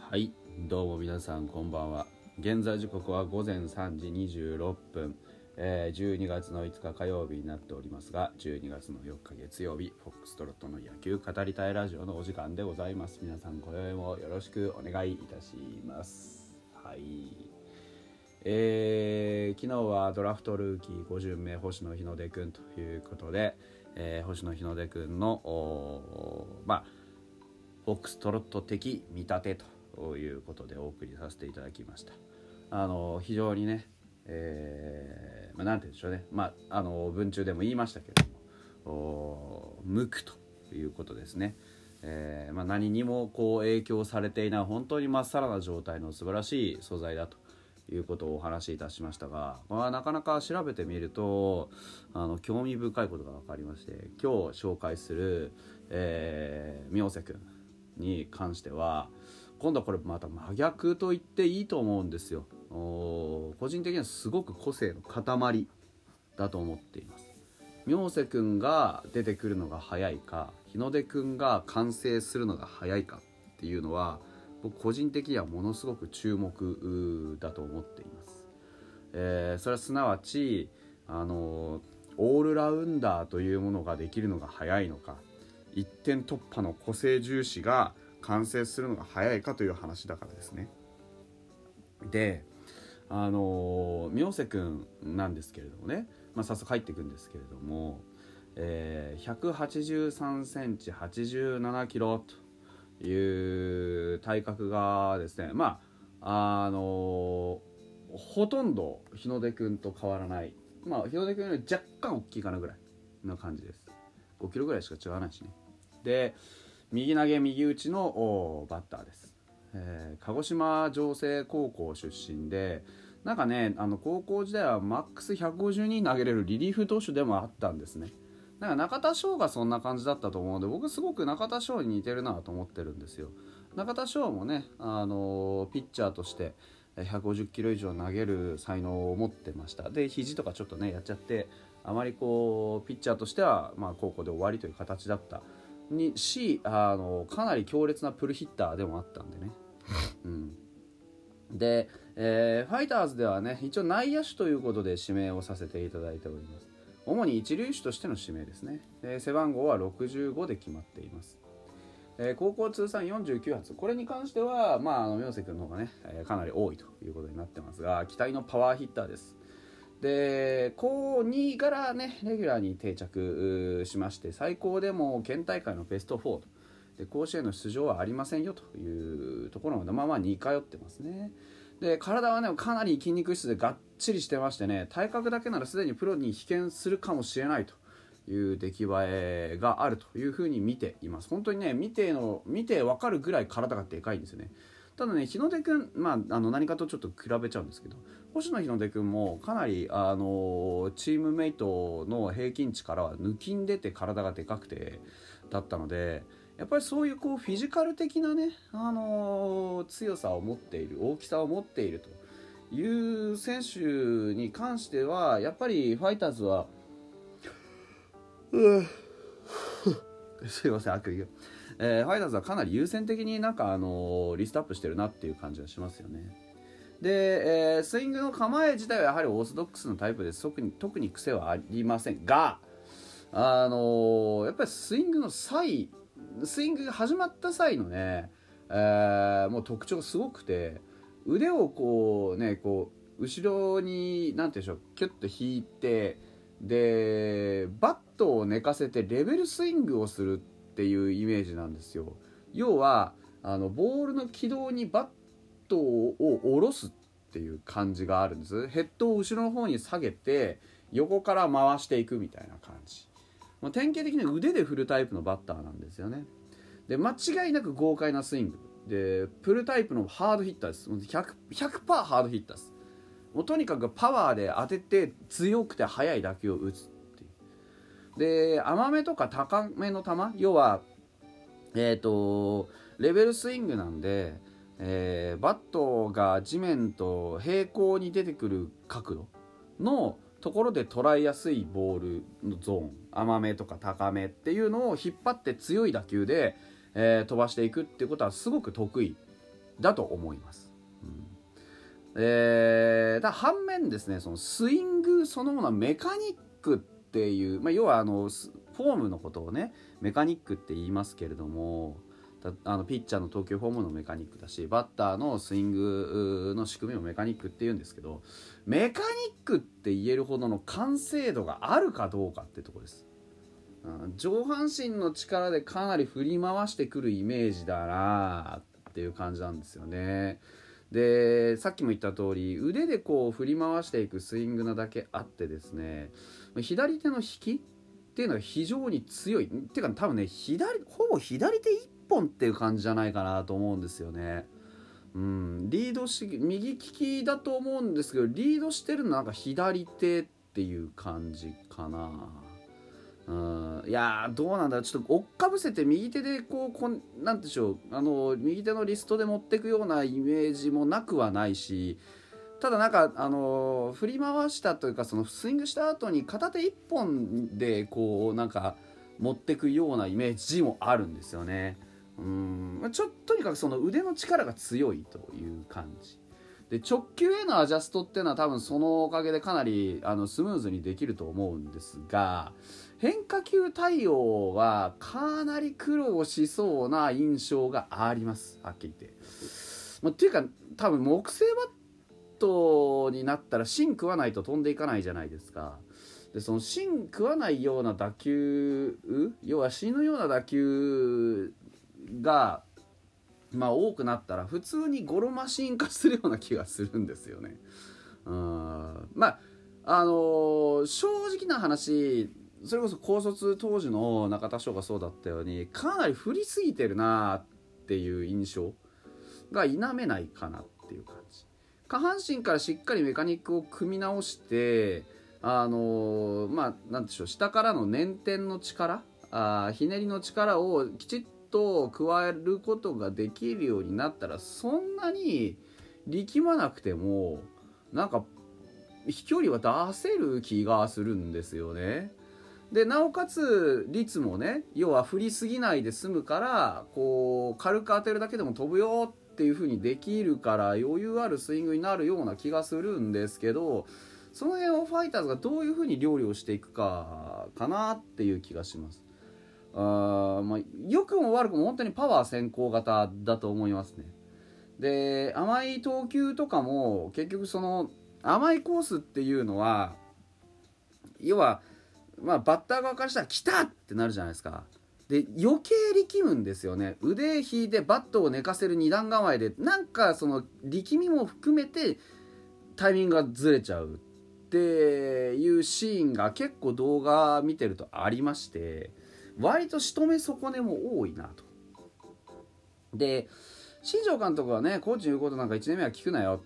はい、どうも皆さんこんばんは。現在時刻は午前3時26分、12月の5日火曜日になっておりますが、12月の4日月曜日、フォックストロットの野球語りたいラジオのお時間でございます。皆さん今宵もよろしくお願いいたします。はい、昨日はドラフトルーキー5巡目星野日の出くんということで、星野日の出くんのフォックストロット的見立てということでお送りさせていただきました。非常にね、なんて言うんでしょうね、文中でも言いましたけれども、無垢ということですね。何にも影響されていない本当にまっさらな状態の素晴らしい素材だということをお話しいたしましたが、なかなか調べてみると興味深いことが分かりまして、今日紹介する、明瀬くんに関しては今度はこれまた真逆と言っていいと思うんですよ。個人的にはすごく個性の塊だと思っています。明瀬くんが出てくるのが早いか、日の出くんが完成するのが早いかっていうのは僕個人的にはものすごく注目だと思っています。それはすなわちオールラウンダーというものができるのが早いのか、一点突破の個性重視が完成するのが早いかという話だからですね。で、明瀬くんなんですけれどもね、早速入っていくんですけれども、183センチ87キロという体格がですね、ほとんど日の出くんと変わらない、日の出くんより若干大きいかなぐらいな感じです。5キロぐらいしか違わないしね。で、右投げ右打ちのバッターです。鹿児島城西高校出身で、なんかね、高校時代はマックス150人投げれるリリーフ投手でもあったんですね。なんか中田翔がそんな感じだったと思うので、僕すごく中田翔に似てるなと思ってるんですよ。中田翔もね、ピッチャーとして150キロ以上投げる才能を持ってました。で、肘とかちょっとねやっちゃって、あまりピッチャーとしては高校で終わりという形だったにし、かなり強烈なプルヒッターでもあったんでね。で、ファイターズではね一応内野手ということで指名をさせていただいております。主に一塁手としての指名ですね。背番号は65で決まっています。高校通算49発、これに関しては明瀬君の方がね、かなり多いということになってますが、期待のパワーヒッターです。で、高2からねレギュラーに定着しまして、最高でも県大会のベスト4とで、甲子園の出場はありませんよというところまで似通ってますね。で、体はねかなり筋肉質でがっちりしてましてね、体格だけならすでにプロに被験するかもしれないという出来栄えがあるというふうに見ています。本当にね見て分かるぐらい体がでかいんですよね。ただね、日の出くん、何かとちょっと比べちゃうんですけど、星野日の出くんもかなりチームメイトの平均値からは抜きん出て体がでかくてだったので、やっぱりそういうフィジカル的なね、強さを持っている、大きさを持っているという選手に関しては、やっぱりファイターズはすいません、あくびが。ファイターズはかなり優先的にリストアップしてるなっていう感じがしますよね。で、スイングの構え自体はやはりオーソドックスのタイプです。特に癖はありませんが、やっぱりスイングが始まった際のね、もう特徴がすごくて、腕を後ろになんていうんでしょう、キュッと引いて、でバットを寝かせてレベルスイングをするっていうイメージなんですよ。要はボールの軌道にバットを下ろすっていう感じがあるんです。ヘッドを後ろの方に下げて横から回していくみたいな感じ。典型的に腕で振るタイプのバッターなんですよね。で、間違いなく豪快なスイングで、プルタイプのハードヒッターです。 100% ハードヒッターです。もうとにかくパワーで当てて強くて速い打球を打つっていう。で、甘めとか高めの球、要はレベルスイングなんで、バットが地面と平行に出てくる角度のところで捉えやすいボールのゾーン、甘めとか高めっていうのを引っ張って強い打球で、飛ばしていくっていうことはすごく得意だと思います。反面ですね、そのスイングそのものはメカニックっていう、要はフォームのことをねメカニックって言いますけれども、ピッチャーの投球フォームのメカニックだし、バッターのスイングの仕組みをメカニックって言うんですけど、メカニックって言えるほどの完成度があるかどうかってとこです。上半身の力でかなり振り回してくるイメージだなっていう感じなんですよね。でさっきも言った通り腕でこう振り回していくスイングなだけあってですね、左手の引きっていうのが非常に強いっていうか、多分ねほぼ左手一本っていう感じじゃないかなと思うんですよね。リードし右利きだと思うんですけど、リードしてるのなんか左手っていう感じかな。いやどうなんだ、ちょっと追っかぶせて右手でなんでしょう、右手のリストで持っていくようなイメージもなくはないし、ただなんか振り回したというか、そのスイングした後に片手一本でこうなんか持っていくようなイメージもあるんですよね。とにかくその腕の力が強いという感じで、直球へのアジャストっていうのは多分そのおかげでかなりスムーズにできると思うんですが、変化球対応はかなり苦労しそうな印象があります、はっきり言って。っていうか多分木製バットになったら芯食わないと飛んでいかないじゃないですか。でその芯食わないような打球、要は死ぬような打球が多くなったら普通にゴロマシン化するような気がするんですよね。正直な話、それこそ高卒当時の中田翔がそうだったようにかなり振りすぎてるなっていう印象が否めないかなっていう感じ。下半身からしっかりメカニックを組み直してなんでしょう、下からの捻転の力、ひねりの力をきちっと加えることができるようになったら、そんなに力まなくてもなんか飛距離は出せる気がするんですよね。でなおかつ率もね、要は振りすぎないで済むから、こう軽く当てるだけでも飛ぶよっていう風にできるから、余裕あるスイングになるような気がするんですけど、その辺をファイターズがどういう風に料理をしていくかかなっていう気がします。良くも悪くも本当にパワー先行型だと思いますね。で甘い投球とかも結局その甘いコースっていうのは、要はバッター側からしたら来たってなるじゃないですか。で余計力むんですよね。腕引いてバットを寝かせる二段構えで、なんかその力みも含めてタイミングがずれちゃうっていうシーンが結構動画見てるとありまして、割と仕留め損ねも多いなと。で新庄監督はね、コーチの言うことなんか1年目は聞くなよって、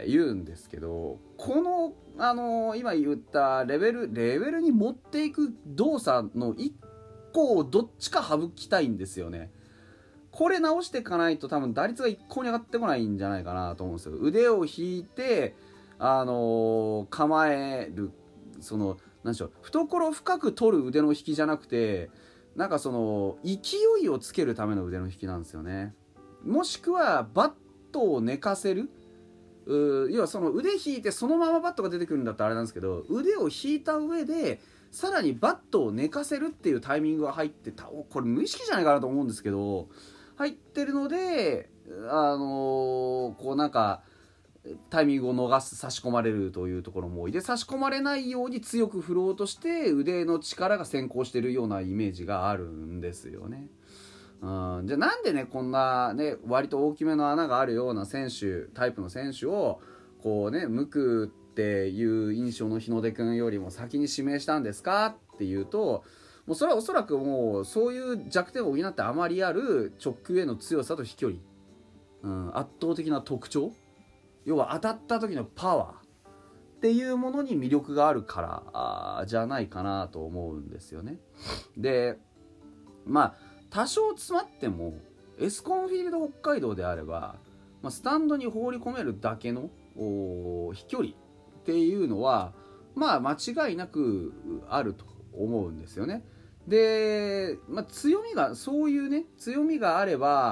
言うんですけど、この、今言ったレベルに持っていく動作の1個をどっちか省きたいんですよね。これ直していかないと多分打率が一向に上がってこないんじゃないかなと思うんですよ。腕を引いて、構える、そのなんでしょう、懐深く取る腕の引きじゃなくて、なんかその勢いをつけるための腕の引きなんですよね。もしくはバットを寝かせる、要はその腕引いてそのままバットが出てくるんだったらあれなんですけど、腕を引いた上でさらにバットを寝かせるっていうタイミングが入ってた、これ無意識じゃないかなと思うんですけど、入ってるのでこうなんかタイミングを逃す、差し込まれるというところも多いで、差し込まれないように強く振ろうとして腕の力が先行しているようなイメージがあるんですよね。じゃあなんでね、こんなね割と大きめの穴があるようなタイプの選手をこうね向くっていう印象の日の出君よりも先に指名したんですかっていうと、もうそれはおそらくもうそういう弱点を補ってあまりある直球への強さと飛距離、圧倒的な特徴、要は当たった時のパワーっていうものに魅力があるからじゃないかなと思うんですよね。で多少詰まってもエスコンフィールド北海道であれば、スタンドに放り込めるだけの飛距離っていうのは間違いなくあると思うんですよね。で、強みがそういうね強みがあれば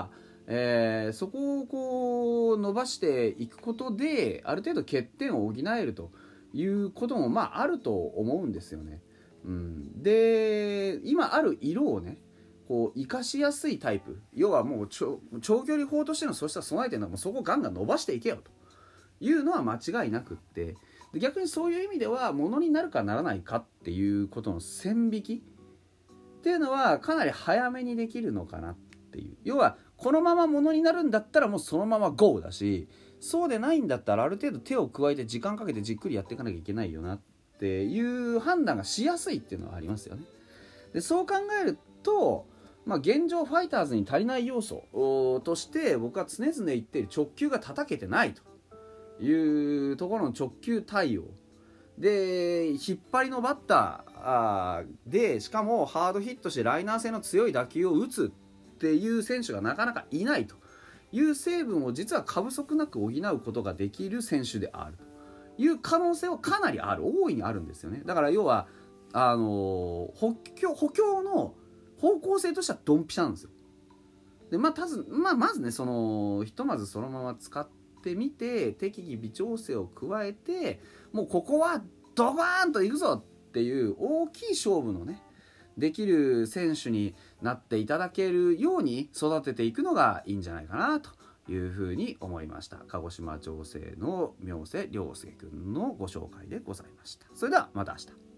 そこをこう伸ばしていくことである程度欠点を補えるということもあると思うんですよね。で今ある色をねこう生かしやすいタイプ、要はもう長距離砲としてのそうした備えてるのはもうそこをガンガン伸ばしていけよというのは間違いなくって、で逆にそういう意味ではものになるかならないかっていうことの線引きっていうのはかなり早めにできるのかなっていう、要はこのままものになるんだったらもうそのまま GO だし、そうでないんだったらある程度手を加えて時間かけてじっくりやっていかなきゃいけないよなっていう判断がしやすいっていうのはありますよね。でそう考えると現状ファイターズに足りない要素として僕は常々言っている直球が叩けてないというところの直球対応で、引っ張りのバッターでしかもハードヒットしてライナー性の強い打球を打つっていう選手がなかなかいないという成分を実は過不足なく補うことができる選手であるという可能性はかなりある、大いにあるんですよね。だから要は補強の方向性としてはドンピシャなんですよ。でまずねひとまずそのまま使ってみて適宜微調整を加えてもうここはドバーンといくぞっていう大きい勝負のねできる選手になっていただけるように育てていくのがいいんじゃないかなというふうに思いました。鹿児島城西の妙瀬亮介くんのご紹介でございました。それではまた明日。